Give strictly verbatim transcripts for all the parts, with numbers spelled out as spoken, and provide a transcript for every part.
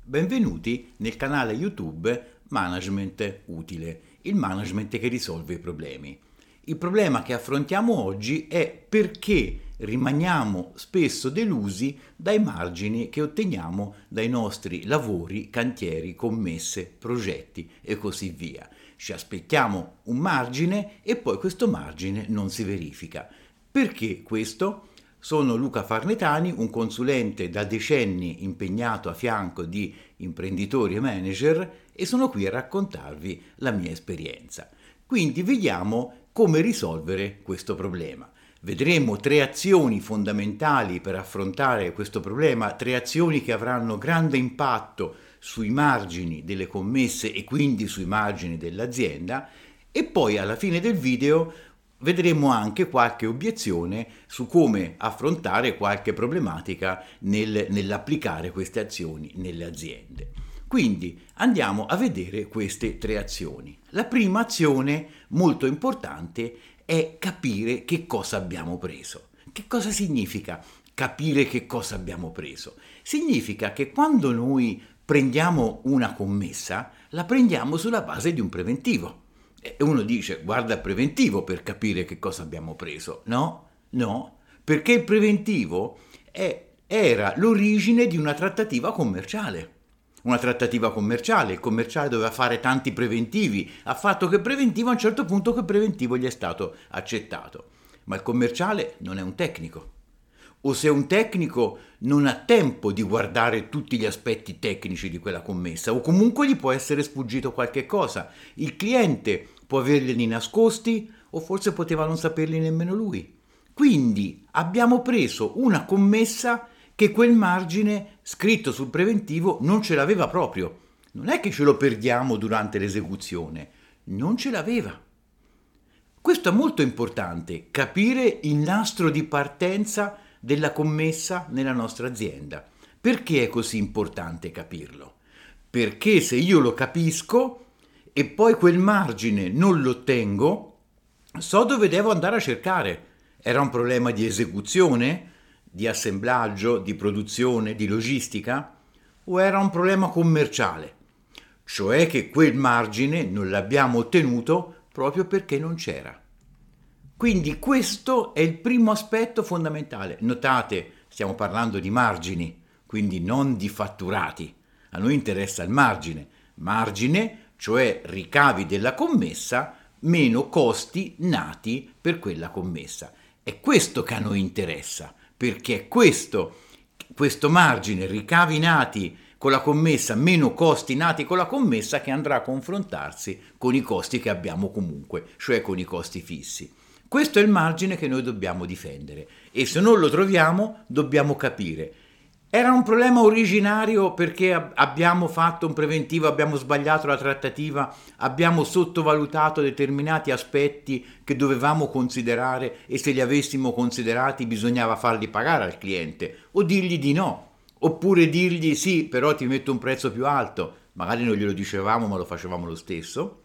Benvenuti nel canale YouTube Management Utile, il management che risolve i problemi. Il problema che affrontiamo oggi è perché rimaniamo spesso delusi dai margini che otteniamo dai nostri lavori, cantieri, commesse, progetti e così via. Ci aspettiamo un margine e poi questo margine non si verifica. Perché questo? Sono Luca Farnetani, un consulente da decenni impegnato a fianco di imprenditori e manager e sono qui a raccontarvi la mia esperienza. Quindi vediamo come risolvere questo problema. Vedremo tre azioni fondamentali per affrontare questo problema, tre azioni che avranno grande impatto sui margini delle commesse e quindi sui margini dell'azienda e poi alla fine del video vedremo anche qualche obiezione su come affrontare qualche problematica nel, nell'applicare queste azioni nelle aziende. Quindi andiamo a vedere queste tre azioni. La prima azione, molto importante, è capire che cosa abbiamo preso. Che cosa significa capire che cosa abbiamo preso? Significa che quando noi prendiamo una commessa, la prendiamo sulla base di un preventivo. E uno dice, guarda il preventivo per capire che cosa abbiamo preso. No, no, perché il preventivo è, era l'origine di una trattativa commerciale. Una trattativa commerciale, il commerciale doveva fare tanti preventivi, ha fatto che preventivo, a un certo punto quel preventivo gli è stato accettato. Ma il commerciale non è un tecnico. O se è un tecnico non ha tempo di guardare tutti gli aspetti tecnici di quella commessa, o comunque gli può essere sfuggito qualche cosa. Il cliente può averglieli nascosti o forse poteva non saperli nemmeno lui. Quindi abbiamo preso una commessa che quel margine scritto sul preventivo non ce l'aveva proprio. Non è che ce lo perdiamo durante l'esecuzione, non ce l'aveva. Questo è molto importante, capire il nastro di partenza della commessa nella nostra azienda. Perché è così importante capirlo? Perché se io lo capisco e poi quel margine non lo ottengo, so dove devo andare a cercare. Era un problema di esecuzione, di assemblaggio, di produzione, di logistica? O era un problema commerciale? Cioè che quel margine non l'abbiamo ottenuto proprio perché non c'era. Quindi questo è il primo aspetto fondamentale. Notate, stiamo parlando di margini, quindi non di fatturati. A noi interessa il margine. Margine, cioè ricavi della commessa, meno costi nati per quella commessa. È questo che a noi interessa, perché è questo, questo margine, ricavi nati con la commessa, meno costi nati con la commessa, che andrà a confrontarsi con i costi che abbiamo comunque, cioè con i costi fissi. Questo è il margine che noi dobbiamo difendere e se non lo troviamo dobbiamo capire. Era un problema originario perché abbiamo fatto un preventivo, abbiamo sbagliato la trattativa, abbiamo sottovalutato determinati aspetti che dovevamo considerare e se li avessimo considerati bisognava farli pagare al cliente o dirgli di no, oppure dirgli sì, però ti metto un prezzo più alto, magari non glielo dicevamo ma lo facevamo lo stesso.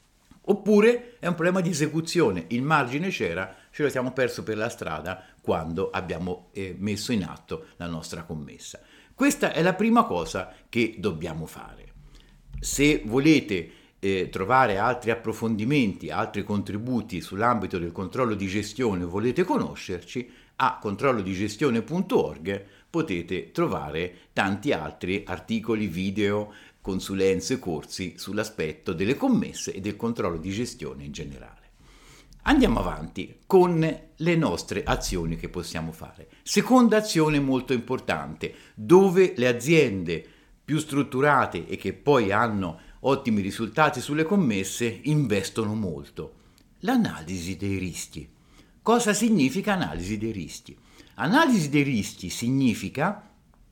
Oppure è un problema di esecuzione, il margine c'era, ce lo siamo perso per la strada quando abbiamo eh, messo in atto la nostra commessa. Questa è la prima cosa che dobbiamo fare. Se volete eh, trovare altri approfondimenti, altri contributi sull'ambito del controllo di gestione, volete conoscerci, a controllo di gestione punto org potete trovare tanti altri articoli, video, consulenze, corsi sull'aspetto delle commesse e del controllo di gestione in generale. Andiamo avanti con le nostre azioni che possiamo fare. Seconda azione molto importante, dove le aziende più strutturate e che poi hanno ottimi risultati sulle commesse investono molto. L'analisi dei rischi. Cosa significa analisi dei rischi? Analisi dei rischi significa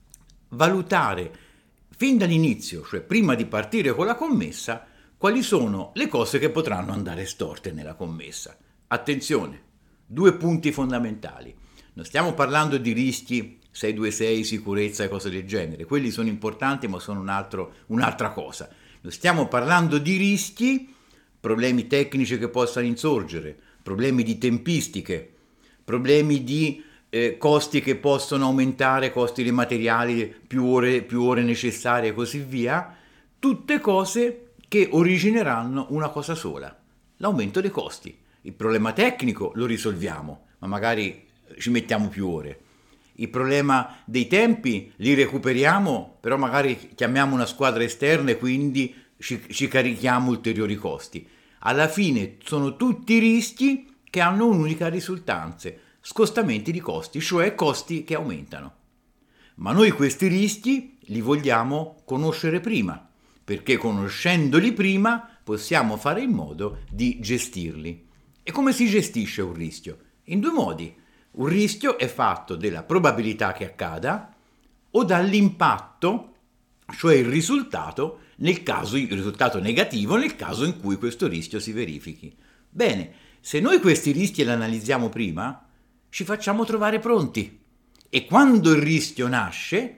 valutare fin dall'inizio, cioè prima di partire con la commessa, quali sono le cose che potranno andare storte nella commessa. Attenzione, due punti fondamentali. Non stiamo parlando di rischi sei due sei, sicurezza e cose del genere. Quelli sono importanti ma sono un altro, un'altra cosa. Non stiamo parlando di rischi, problemi tecnici che possano insorgere, problemi di tempistiche, problemi di eh, costi che possono aumentare, costi dei materiali, più ore, più ore necessarie e così via, tutte cose che origineranno una cosa sola, l'aumento dei costi. Il problema tecnico lo risolviamo, ma magari ci mettiamo più ore. Il problema dei tempi li recuperiamo, però magari chiamiamo una squadra esterna e quindi ci, ci carichiamo ulteriori costi. Alla fine sono tutti rischi che hanno un'unica risultanza, scostamenti di costi, cioè costi che aumentano. Ma noi questi rischi li vogliamo conoscere prima, perché conoscendoli prima possiamo fare in modo di gestirli. E come si gestisce un rischio? In due modi. Un rischio è fatto dalla probabilità che accada o dall'impatto, cioè il risultato, nel caso, il risultato negativo nel caso in cui questo rischio si verifichi. Bene, se noi questi rischi li analizziamo prima, ci facciamo trovare pronti. E quando il rischio nasce,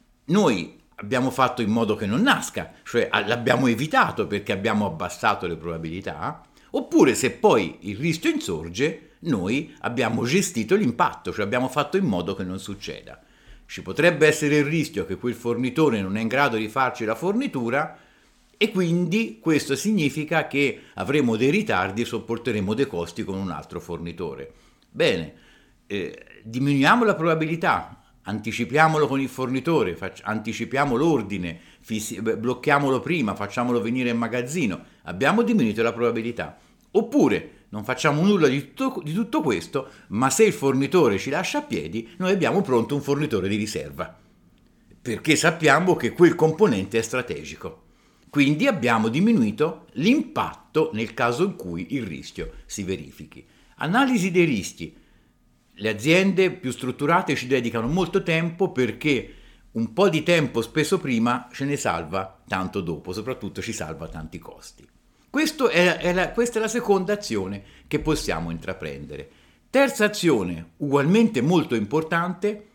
noi abbiamo fatto in modo che non nasca, cioè l'abbiamo evitato perché abbiamo abbassato le probabilità, oppure se poi il rischio insorge, noi abbiamo gestito l'impatto, cioè abbiamo fatto in modo che non succeda. Ci potrebbe essere il rischio che quel fornitore non è in grado di farci la fornitura e quindi questo significa che avremo dei ritardi e sopporteremo dei costi con un altro fornitore. Bene, eh, diminuiamo la probabilità, anticipiamolo con il fornitore, fac- anticipiamo l'ordine, fissi- blocchiamolo prima, facciamolo venire in magazzino, abbiamo diminuito la probabilità. Oppure non facciamo nulla di tutto, di tutto questo, ma se il fornitore ci lascia a piedi, noi abbiamo pronto un fornitore di riserva, perché sappiamo che quel componente è strategico. Quindi abbiamo diminuito l'impatto nel caso in cui il rischio si verifichi. Analisi dei rischi. Le aziende più strutturate ci dedicano molto tempo perché un po' di tempo speso prima ce ne salva tanto dopo, soprattutto ci salva tanti costi. Questo è, è la, questa è la seconda azione che possiamo intraprendere. Terza azione, ugualmente molto importante,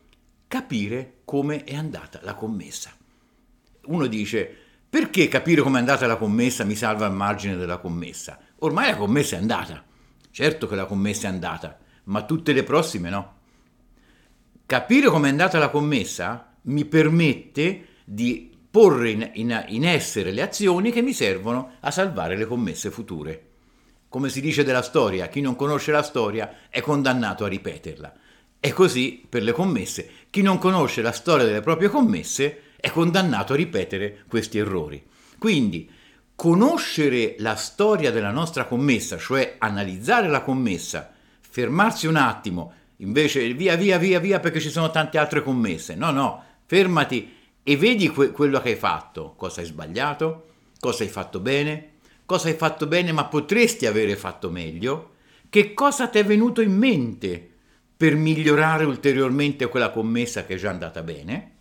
capire come è andata la commessa. Uno dice, perché capire come è andata la commessa mi salva il margine della commessa? Ormai la commessa è andata. Certo che la commessa è andata, ma tutte le prossime no. Capire come è andata la commessa mi permette di porre in, in, in essere le azioni che mi servono a salvare le commesse future. Come si dice della storia, chi non conosce la storia è condannato a ripeterla. E così per le commesse, chi non conosce la storia delle proprie commesse è condannato a ripetere questi errori. Quindi conoscere la storia della nostra commessa, cioè analizzare la commessa, fermarsi un attimo, invece via via via via perché ci sono tante altre commesse. No, no, fermati e vedi que- quello che hai fatto, cosa hai sbagliato, cosa hai fatto bene, cosa hai fatto bene ma potresti avere fatto meglio, che cosa ti è venuto in mente per migliorare ulteriormente quella commessa che è già andata bene.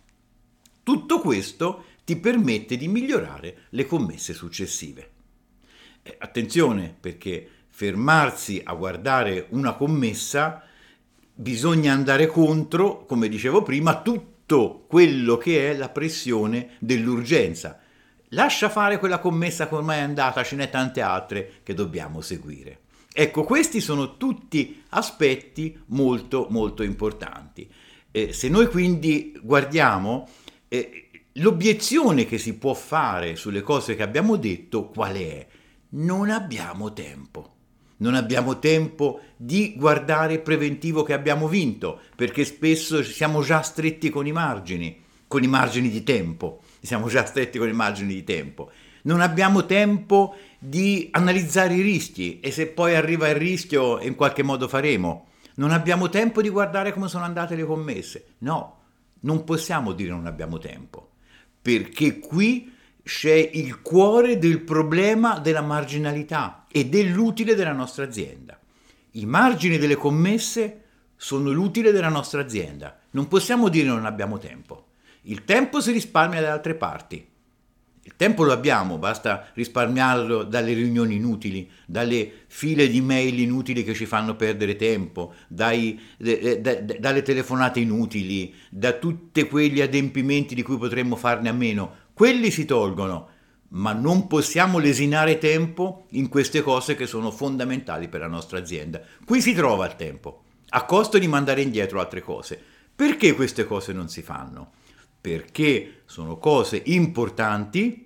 Tutto questo ti permette di migliorare le commesse successive. Eh, attenzione, perché fermarsi a guardare una commessa bisogna andare contro, come dicevo prima, tutto quello che è la pressione dell'urgenza. Lascia fare quella commessa che ormai è andata, ce n'è tante altre che dobbiamo seguire. Ecco, questi sono tutti aspetti molto molto importanti. Eh, se noi quindi guardiamo, eh, l'obiezione che si può fare sulle cose che abbiamo detto qual è? Non abbiamo tempo. Non abbiamo tempo di guardare il preventivo che abbiamo vinto, perché spesso siamo già stretti con i margini, con i margini di tempo. Siamo già stretti con i margini di tempo. Non abbiamo tempo di analizzare i rischi e se poi arriva il rischio in qualche modo faremo. Non abbiamo tempo di guardare come sono andate le commesse. No, non possiamo dire non abbiamo tempo, perché qui c'è il cuore del problema della marginalità e dell'utile della nostra azienda. I margini delle commesse sono l'utile della nostra azienda. Non possiamo dire non abbiamo tempo. Il tempo si risparmia da altre parti. Il tempo lo abbiamo, basta risparmiarlo dalle riunioni inutili, dalle file di mail inutili che ci fanno perdere tempo, dai, d- d- d- dalle telefonate inutili, da tutti quegli adempimenti di cui potremmo farne a meno. Quelli si tolgono, ma non possiamo lesinare tempo in queste cose che sono fondamentali per la nostra azienda. Qui si trova il tempo. a costo di mandare indietro altre cose. Perché queste cose non si fanno? Perché sono cose importanti,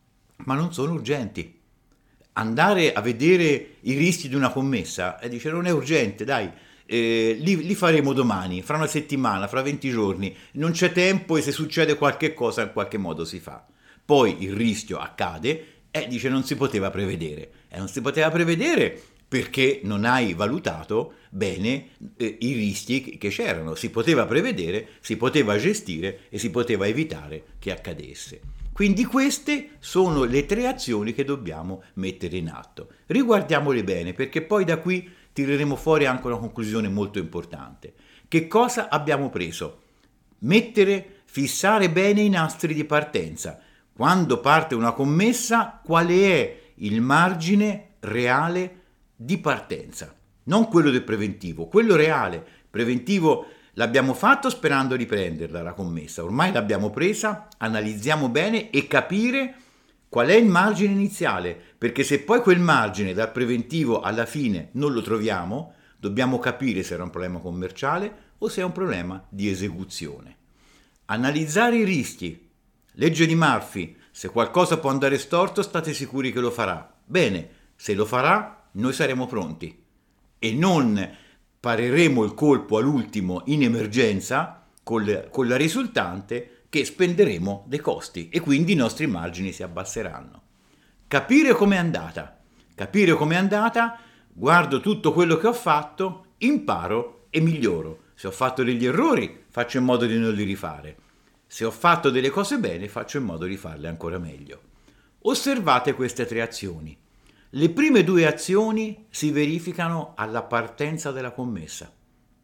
ma non sono urgenti. Andare a vedere i rischi di una commessa e dice non è urgente, dai, eh, li, li faremo domani, fra una settimana, fra venti giorni, non c'è tempo e se succede qualche cosa in qualche modo si fa. Poi il rischio accade e dice non si poteva prevedere. E non si poteva prevedere perché non hai valutato bene eh, i rischi che c'erano. Si poteva prevedere, si poteva gestire e si poteva evitare che accadesse. Quindi queste sono le tre azioni che dobbiamo mettere in atto. Riguardiamole bene perché poi da qui tireremo fuori anche una conclusione molto importante. Che cosa abbiamo preso? Mettere, fissare bene i nastri di partenza. Quando parte una commessa, quale è il margine reale di partenza? Non quello del preventivo, quello reale. Preventivo l'abbiamo fatto sperando di prenderla la commessa, ormai l'abbiamo presa, analizziamo bene e capire qual è il margine iniziale, perché se poi quel margine dal preventivo alla fine non lo troviamo, dobbiamo capire se era un problema commerciale o se è un problema di esecuzione. Analizzare i rischi. Legge di Murphy, se qualcosa può andare storto state sicuri che lo farà. Bene, se lo farà noi saremo pronti e non pareremo il colpo all'ultimo in emergenza con, con la risultante che spenderemo dei costi e quindi i nostri margini si abbasseranno. Capire com'è andata. Capire com'è andata, guardo tutto quello che ho fatto, imparo e miglioro. Se ho fatto degli errori, faccio in modo di non li rifare. Se ho fatto delle cose bene, faccio in modo di farle ancora meglio. Osservate queste tre azioni. Le prime due azioni si verificano alla partenza della commessa.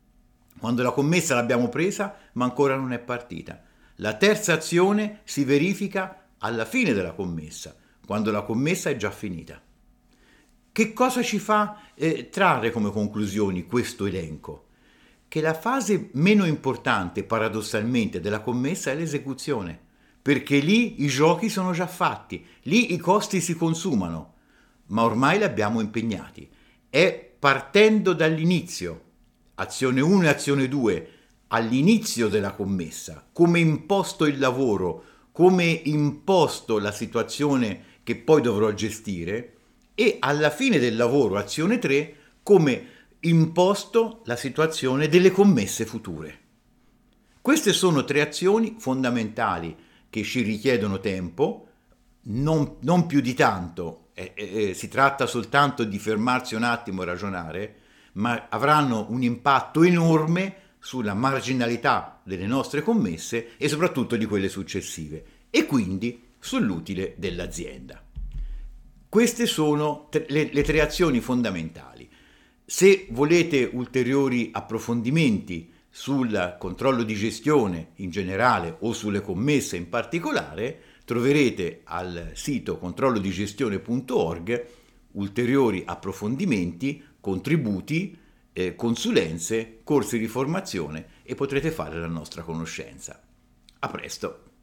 Quando la commessa l'abbiamo presa, ma ancora non è partita. La terza azione si verifica alla fine della commessa, quando la commessa è già finita. Che cosa ci fa eh, trarre come conclusioni questo elenco? Che la fase meno importante, paradossalmente, della commessa è l'esecuzione, perché lì i giochi sono già fatti, lì i costi si consumano, ma ormai li abbiamo impegnati. È partendo dall'inizio, azione uno e azione due, all'inizio della commessa, come imposto il lavoro, come imposto la situazione che poi dovrò gestire, e alla fine del lavoro, azione tre, come imposto la situazione delle commesse future. Queste sono tre azioni fondamentali che ci richiedono tempo, non, non più di tanto, eh, eh, si tratta soltanto di fermarsi un attimo e ragionare, ma avranno un impatto enorme sulla marginalità delle nostre commesse e soprattutto di quelle successive e quindi sull'utile dell'azienda. Queste sono le, le tre azioni fondamentali. Se volete ulteriori approfondimenti sul controllo di gestione in generale o sulle commesse in particolare, troverete al sito controllodigestione punto org ulteriori approfondimenti, contributi, eh, consulenze, corsi di formazione e potrete fare la nostra conoscenza. A presto!